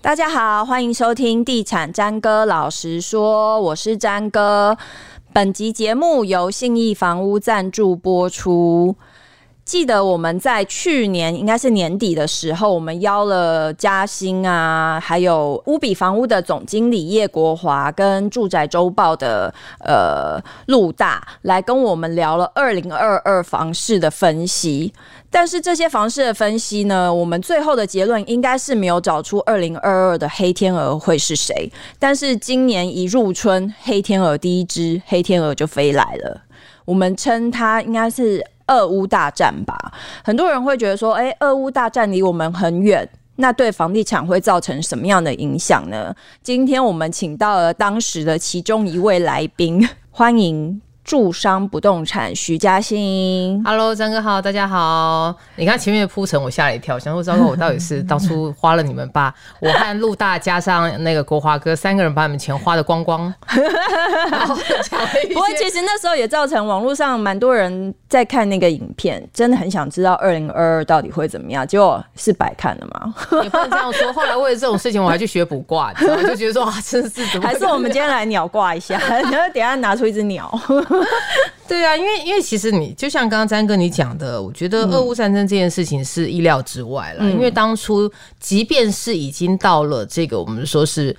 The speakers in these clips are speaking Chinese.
大家好，欢迎收听地产詹哥老实说，我是詹哥。本集节目由信义房屋赞助播出。记得我们在去年应该是年底的时候，我们邀了嘉兴啊，还有乌比房屋的总经理叶国华跟住宅周报的陆大来跟我们聊了2022房市的分析。但是这些房市的分析呢，我们最后的结论应该是没有找出2022的黑天鹅会是谁。但是今年一入春，黑天鹅第一只黑天鹅就飞来了，我们称它应该是俄乌大战吧。很多人会觉得说，俄乌大战离我们很远，那对房地产会造成什么样的影响呢？今天我们请到了当时的其中一位来宾，欢迎住商不动产徐嘉欣。 Hello， 张哥好，大家好。你看前面的铺陈我吓了一跳，想说糟糕，我到底是当初花了你们把我和陆大加上那个国华哥三个人把你们钱花的光光不过其实那时候也造成网络上蛮多人在看那个影片，真的很想知道2022到底会怎么样，结果是白看了嘛。 也不能这样说，后来为了这种事情我还去学卜卦，你知道吗？就觉得说哇，真是怎么， 还是我们今天来鸟卦一下，然后等一下拿出一只鸟。 对啊，因为其实你就像刚刚詹哥你讲的，我觉得俄乌战争这件事情是意料之外了。因为当初即便是已经到了这个我们说是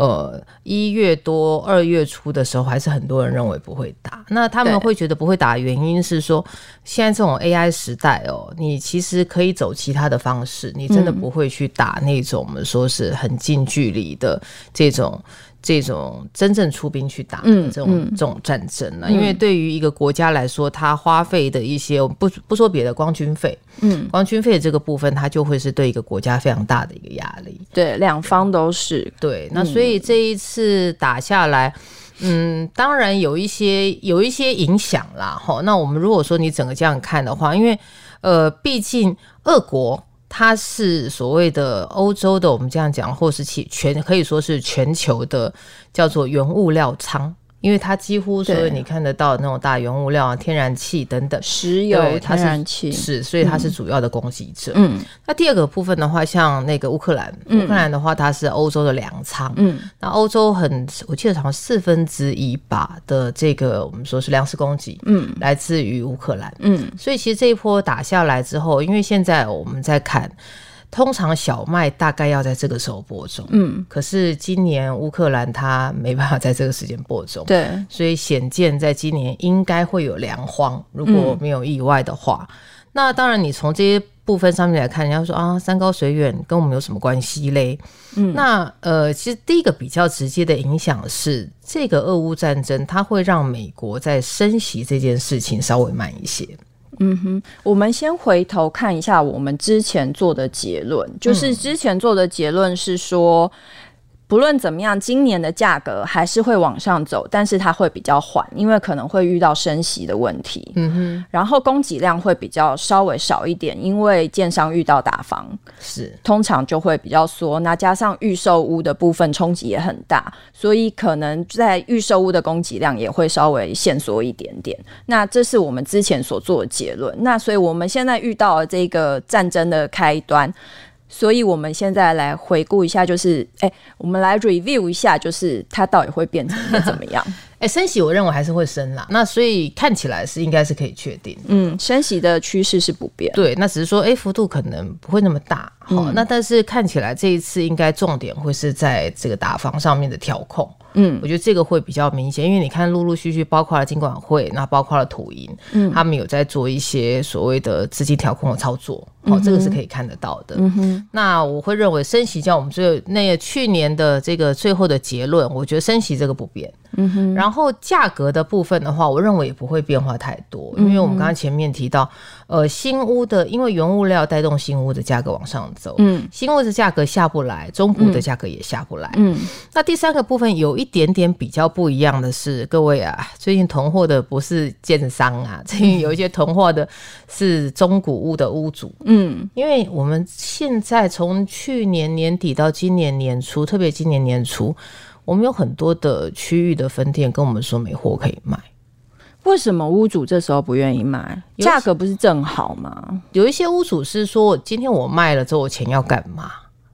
1月多2月初的时候，还是很多人认为不会打。那他们会觉得不会打的原因是说，现在这种 AI 时代你其实可以走其他的方式，你真的不会去打那种我们说是很近距离的这种真正出兵去打的这种战争了。因为对于一个国家来说，它花费的一些不说别的，光军费，光军费这个部分，它就会是对一个国家非常大的一个压力。 对，两方都是。 对，那所以这一次打下来，当然有一些影响啦。那我们如果说你整个这样看的话，因为毕竟俄国它是所谓的欧洲的，我们这样讲，或是可以说是全球的叫做原物料仓，因为它几乎所有你看得到的那种大原物料啊、天然气等等， 石油、天然气是，所以它是主要的供给者。那第二个部分的话，像那个乌克兰的话，它是欧洲的粮仓。那欧洲我记得好像1/4吧的这个我们说是粮食供给，来自于乌克兰。所以其实这一波打下来之后，因为现在我们在看，通常小麦大概要在这个时候播种，可是今年乌克兰它没办法在这个时间播种， 对， 所以显见在今年应该会有粮荒，如果没有意外的话。那当然你从这些部分上面来看，人家说啊，山高水远跟我们有什么关系嘞？那其实第一个比较直接的影响是，这个俄乌战争它会让美国在升息这件事情稍微慢一些。 我们先回头看一下我们之前做的结论，就是之前做的结论是说，不论怎么样，今年的价格还是会往上走，但是它会比较缓，因为可能会遇到升息的问题。然后供给量会比较稍微少一点，因为建商遇到打房，是通常就会比较缩。那加上预售屋的部分冲击也很大，所以可能在预售屋的供给量也会稍微限缩一点点。那这是我们之前所做的结论。那所以我们现在遇到了这个战争的开端。所以我们现在来回顾一下，就是我们来 review 一下，就是它到底会变成一个怎么样。 升息我认为还是会升啦，那所以看起来应该是可以确定， 升息的趋势是不变， 对，那只是说幅度可能不会那么大，那但是看起来这一次应该重点会是在这个打房上面的调控。我觉得这个会比较明显，因为你看陆陆续续包括了金管会，那包括了土银，他们有在做一些所谓的资金调控的操作，这个是可以看得到的。那我会认为升息，像我们去年的这个最后的结论，我觉得升息这个不变。然后价格的部分的话，我认为也不会变化太多，因为我们刚刚前面提到，新屋的因为原物料带动新屋的价格往上走，新屋的价格下不来，中古的价格也下不来。那第三个部分有一点点比较不一样的是，各位啊，最近囤货的不是建商啊，最近有一些囤货的是中古屋的屋主。因为我们现在从去年年底到今年年初，特别今年年初，我们有很多的区域的分店跟我们说没货可以卖。 为什么屋主这时候不愿意卖？价格不是正好吗？ 有一些屋主是说，今天我卖了之后我钱要干嘛？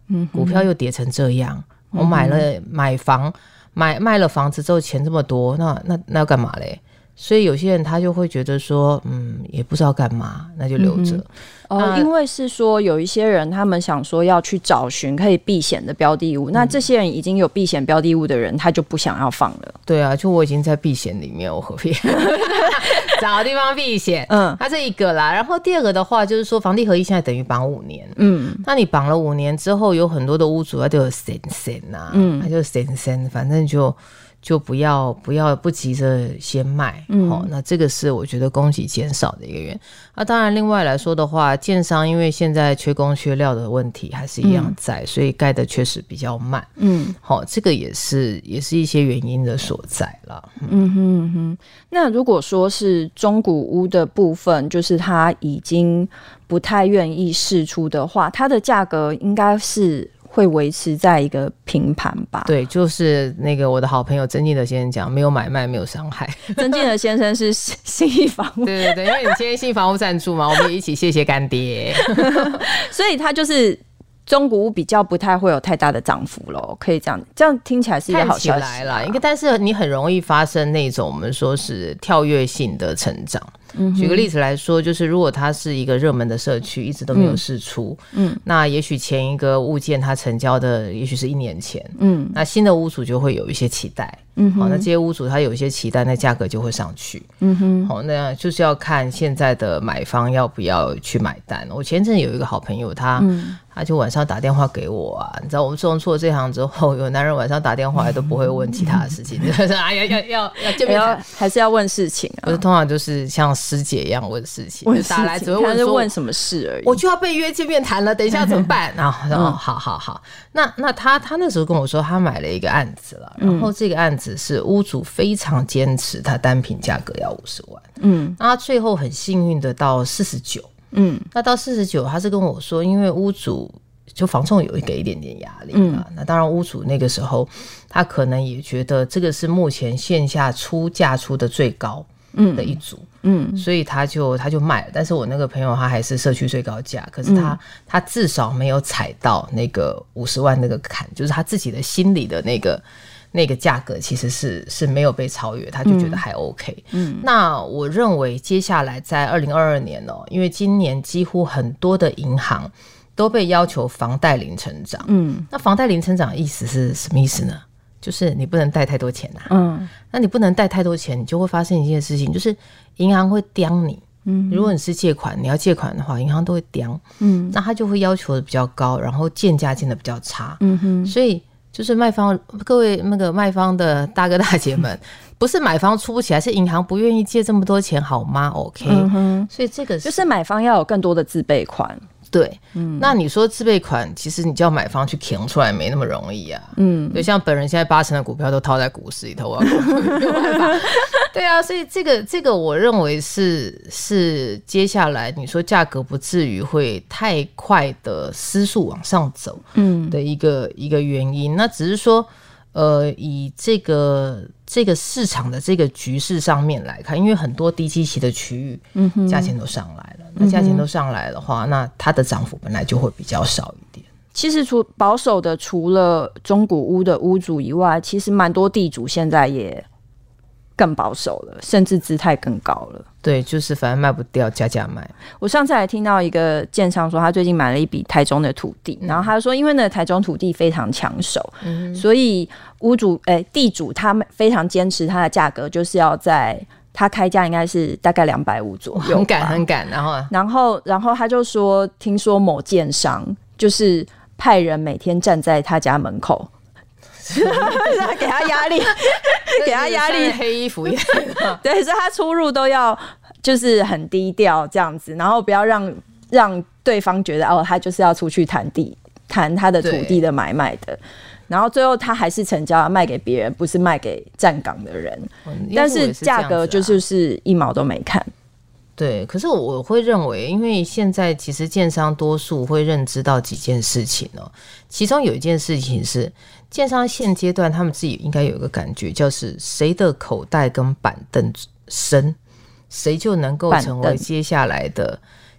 股票又跌成这样，我卖了房子之后钱这么多，那要干嘛嘞？所以有些人他就会觉得说，也不知道干嘛，那就留着。 因为是说有一些人他们想说要去找寻可以避险的标的物，那这些人已经有避险标的物的人，他就不想要放了。 对啊，就我已经在避险里面，我何必找地方避险？它这一个啦。然后第二个的话就是说，房地合一现在等于绑5年，那你绑了5年之后，有很多的屋主他都有sense啊，他就sense，反正就不急着先卖，那这个是我觉得供给减少的一个原因。当然另外来说的话，建商因为现在缺工缺料的问题还是一样在，所以盖的确实比较慢，这个也是一些原因的所在啦。 那如果说是中古屋的部分，就是它已经不太愿意释出的话，它的价格应该是会维持在一个平盘吧？ 对，就是那个我的好朋友曾进德先生讲，没有买卖，没有伤害。 曾进德先生是信义房屋， 对，因为你今天信义房屋赞助嘛，我们也一起谢谢干爹。 所以他就是中古屋比较不太会有太大的涨幅咯，可以这样听起来是一个好消息来啦。但是你很容易发生那种我们说是跳跃性的成长。举个例子来说，就是如果它是一个热门的社区，一直都没有释出，那也许前一个物件它成交的也许是1年前，那新的屋主就会有一些期待，那这些屋主他有一些期待，那价格就会上去，那就是要看现在的买方要不要去买单。我前阵有一个好朋友，他就晚上打电话给我啊，你知道我们自从做了这行之后，有男人晚上打电话来都不会问其他的事情，就是要见面谈， 还是要问事情啊？ 不是，通常就是像师姐一样问事情，打来只会问说问什么事而已。 我就要被约见面谈了，等一下怎么办？好。那他那时候跟我说，他买了一个案子了，然后这个案子是屋主非常坚持，他单品价格要50万，那他最后很幸运的到49。那到49，他是跟我说，因为屋主就房仲有给一点点压力嘛，那当然屋主那个时候他可能也觉得这个是目前线下出价出的最高的一组，所以他就卖了。但是我那个朋友他还是社区最高价，可是他至少没有踩到那个50万那个坎，就是他自己的心里的那个价格其实是没有被超越，他就觉得还 OK。那我认为接下来在2022年因为今年几乎很多的银行都被要求房贷零成长。那房贷零成长的意思是什么意思呢？就是你不能贷太多钱那你不能贷太多钱，你就会发生一件事情，就是银行会刁你。如果你是借款，你要借款的话，银行都会刁。那他就会要求的比较高，然后建价建的比较差。所以就是卖方，各位那个卖方的大哥大姐们，不是买方出不起来，是银行不愿意借这么多钱，好吗 ？OK，所以这个就是买方要有更多的自备款。 对，那你说自备款，其实你叫买方去扛出来没那么容易啊。对，像本人现在80%的股票都套在股市里头，我要没有办法。对啊，所以这个我认为是接下来你说价格不至于会太快的失速往上走的一个原因。那只是说以这个市场的这个局势上面来看，因为很多低基期的区域价钱都上来了，那价钱都上来的话，那它的涨幅本来就会比较少一点。 其实保守的除了中古屋的屋主以外，其实蛮多地主现在也更保守了，甚至姿态更高了。 对，就是反正卖不掉，加卖。 我上次还听到一个建商说，他最近买了一笔台中的土地，然后他说，因为呢台中土地非常抢手，所以地主他们非常坚持他的价格，就是要在他开价应该是大概250左右， 很赶， 然后他就说，听说某建商就是派人每天站在他家门口。给他压力，给他压力， 黑衣服也对，所以他出入都要就是很低调这样子，然后不要让对方觉得他就是要出去谈他的土地的买卖的，然后最后他还是成交卖给别人，不是卖给站岗的人，但是价格就是一毛都没看。 对，可是我会认为，因为现在其实建商多数会认知到几件事情其中有一件事情是建商现阶段他们自己应该有一个感觉，就是谁的口袋跟板凳深，谁就能够成为接下来的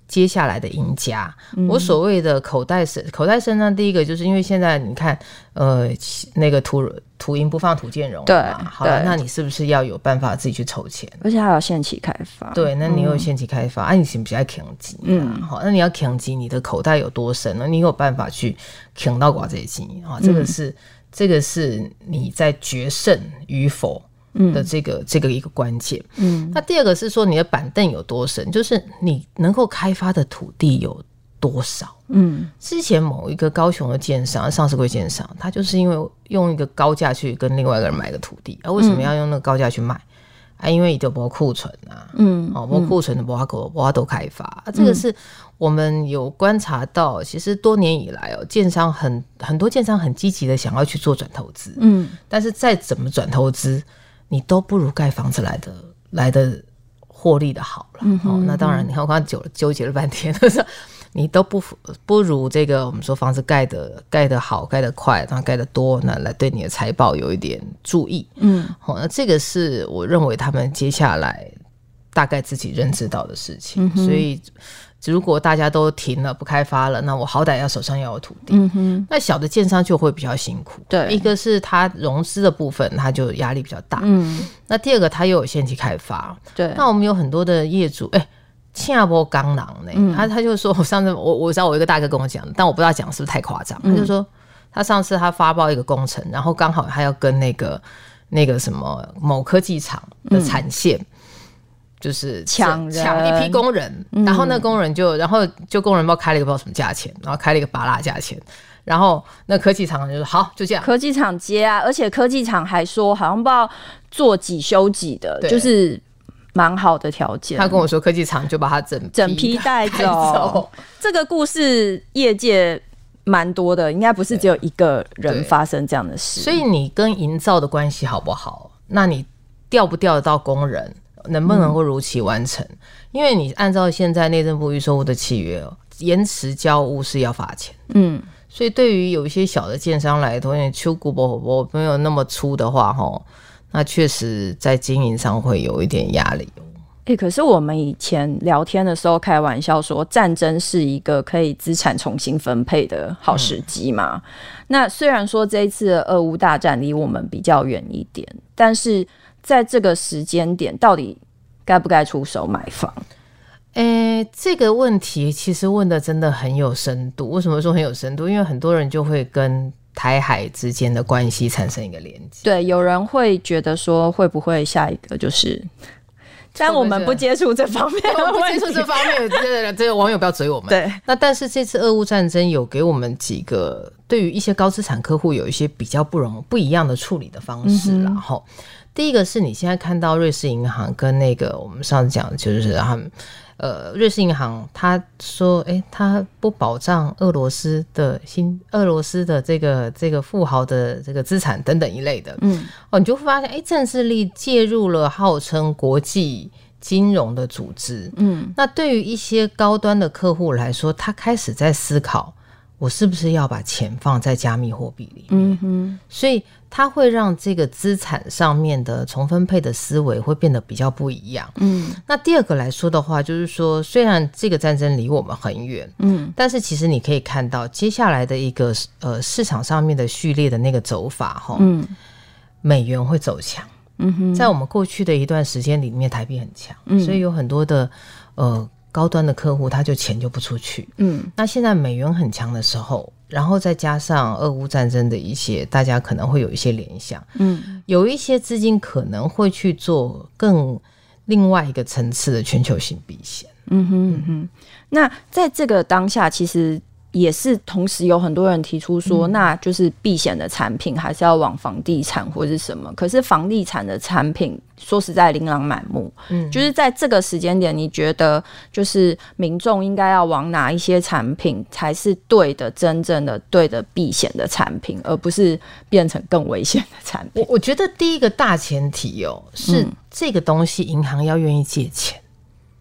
接下来的赢家。我所谓的口袋深呢，第一个就是因为现在你看那个土银不放土建融， 对， 好了，那你是不是要有办法自己去筹钱？ 而且还有限期开发， 对，那你有限期开发，你是不是要扛级？好，那你要扛级，你的口袋有多深呢？你有办法去扛到寡这些钱啊？这个是你在决胜与否的这个一个关键。那第二个是说你的板凳有多深，就是你能够开发的土地有多少。之前某一个高雄的建商，上市柜建商，他就是因为用一个高价去跟另外一个人买个土地，为什么要用那个高价去买？因为就没库存啊，没库存的没法都开发，这个是我们有观察到，其实多年以来建商很多建商很积极的想要去做转投资，但是再怎么转投资，你都不如盖房子来的获利的好了。那当然，你看我刚刚纠结了半天，你都不如这个我们说房子盖得好、盖得快、然后盖得多，那来对你的财报有一点注意。那这个是我认为他们接下来大概自己认知到的事情。所以如果大家都停了不开发了，那我好歹手上要有土地。那小的建商就会比较辛苦。对，一个是他融资的部分，他就压力比较大。那第二个他又有限期开发。对，那我们有很多的业主，恰波刚狼呢，他就说，上次我知道我一个大哥跟我讲，但我不知道讲是不是太夸张。他就说，他上次他发包一个工程，然后刚好他要跟那个什么某科技厂的产线，就是抢一批工人，然后那工人就工人不知道开了一个不知道什么价钱，然后开了一个拔蜡价钱，然后那科技厂就说好就这样， 科技厂接啊，而且科技厂还说好像不知道做几休几的，就是蛮好的条件。 他跟我说科技厂就把他整批带走。 这个故事业界蛮多的，应该不是只有一个人发生这样的事。 所以你跟营造的关系好不好，那你调不调得到工人，能不能够如期完成？因为你按照现在内政部预售屋的契约，延迟交屋是要罚钱。所以对于有一些小的建商来说，秋骨不没有那么粗的话，那确实在经营上会有一点压力。 可是我们以前聊天的时候开玩笑说，战争是一个可以资产重新分配的好时机嘛。那虽然说这一次的俄乌大战离我们比较远一点，但是在这个时间点，到底该不该出手买房？ 这个问题其实问的真的很有深度。为什么说很有深度？因为很多人就会跟台海之间的关系产生一个连接。 对，有人会觉得说，会不会下一个就是但我们不接触这方面的问题， 不接触这方面，这个网友不要追我们。对，那但是这次俄乌战争有给我们几个对于一些高资产客户有一些比较不一样的处理的方式啦。第一个是你现在看到瑞士银行跟那个我们上次讲的就是他们瑞士银行他说他不保障俄罗斯的这个富豪的这个资产等等一类的。你就会发现政治力介入了号称国际金融的组织。那对于一些高端的客户来说，他开始在思考我是不是要把钱放在加密货币里面。所以它会让这个资产上面的重分配的思维会变得比较不一样。那第二个来说的话，就是说虽然这个战争离我们很远，但是其实你可以看到接下来的一个市场上面的序列的那个走法，美元会走强。在我们过去的一段时间里面，台币很强，所以有很多的高端的客户他就钱就不出去。那现在美元很强的时候，然后再加上俄乌战争的一些大家可能会有一些联想，有一些资金可能会去做另外一个层次的全球性避险。 那在这个当下其实也是同时有很多人提出说，那就是避险的产品还是要往房地产或是什么，可是房地产的产品说实在琳琅满目。就是在这个时间点，你觉得就是民众应该要往哪一些产品才是对的，真正的对的避险的产品，而不是变成更危险的产品？ 我觉得第一个大前提是这个东西银行要愿意借钱。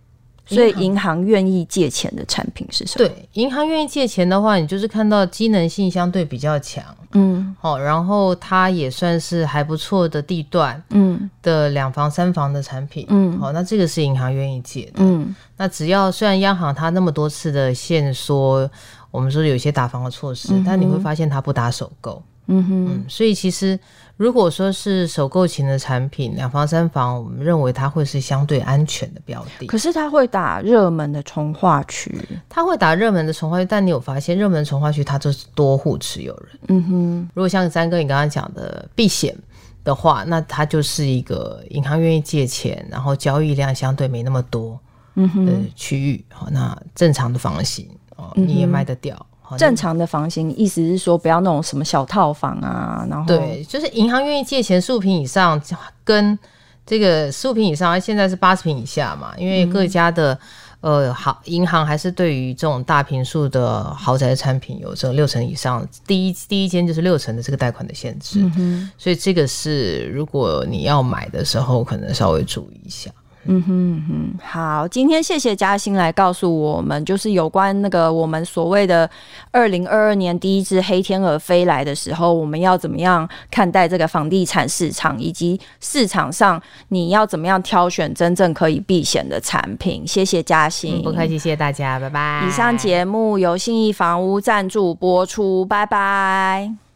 所以银行愿意借钱的产品是什么？ 对，银行愿意借钱的话，你就是看到机能性相对比较强，然后它也算是还不错的地段，的2房3房的产品，那这个是银行愿意借的，那只要虽然央行它那么多次的限缩，我们说有一些打房的措施，但你会发现它不打首购，所以其实如果说是首购型的产品，2房3房，我们认为它会是相对安全的标的。 可是它会打热门的重划区， 它会打热门的重划区，但你有发现热门的重划区它就是多户持有人。如果像詹哥你刚刚讲的避险的话，那它就是一个银行愿意借钱，然后交易量相对没那么多的区域。那正常的房型你也卖得掉。 正常的房型意思是说不要那种什么小套房啊，然后对，就是银行愿意借钱15坪以上，跟这个15坪以上现在是80坪以下嘛，因为各家的银行还是对于这种大坪数的豪宅产品有这6成以上，第一间就是6成的这个贷款的限制，所以这个是如果你要买的时候可能稍微注意一下。 好，今天谢谢嘉欣来告诉我们，就是有关那个我们所谓的2022年第一只黑天鹅飞来的时候，我们要怎么样看待这个房地产市场，以及市场上你要怎么样挑选真正可以避险的产品。谢谢嘉欣， 不客气，谢谢大家，拜拜。 以上节目由信义房屋赞助播出，拜拜。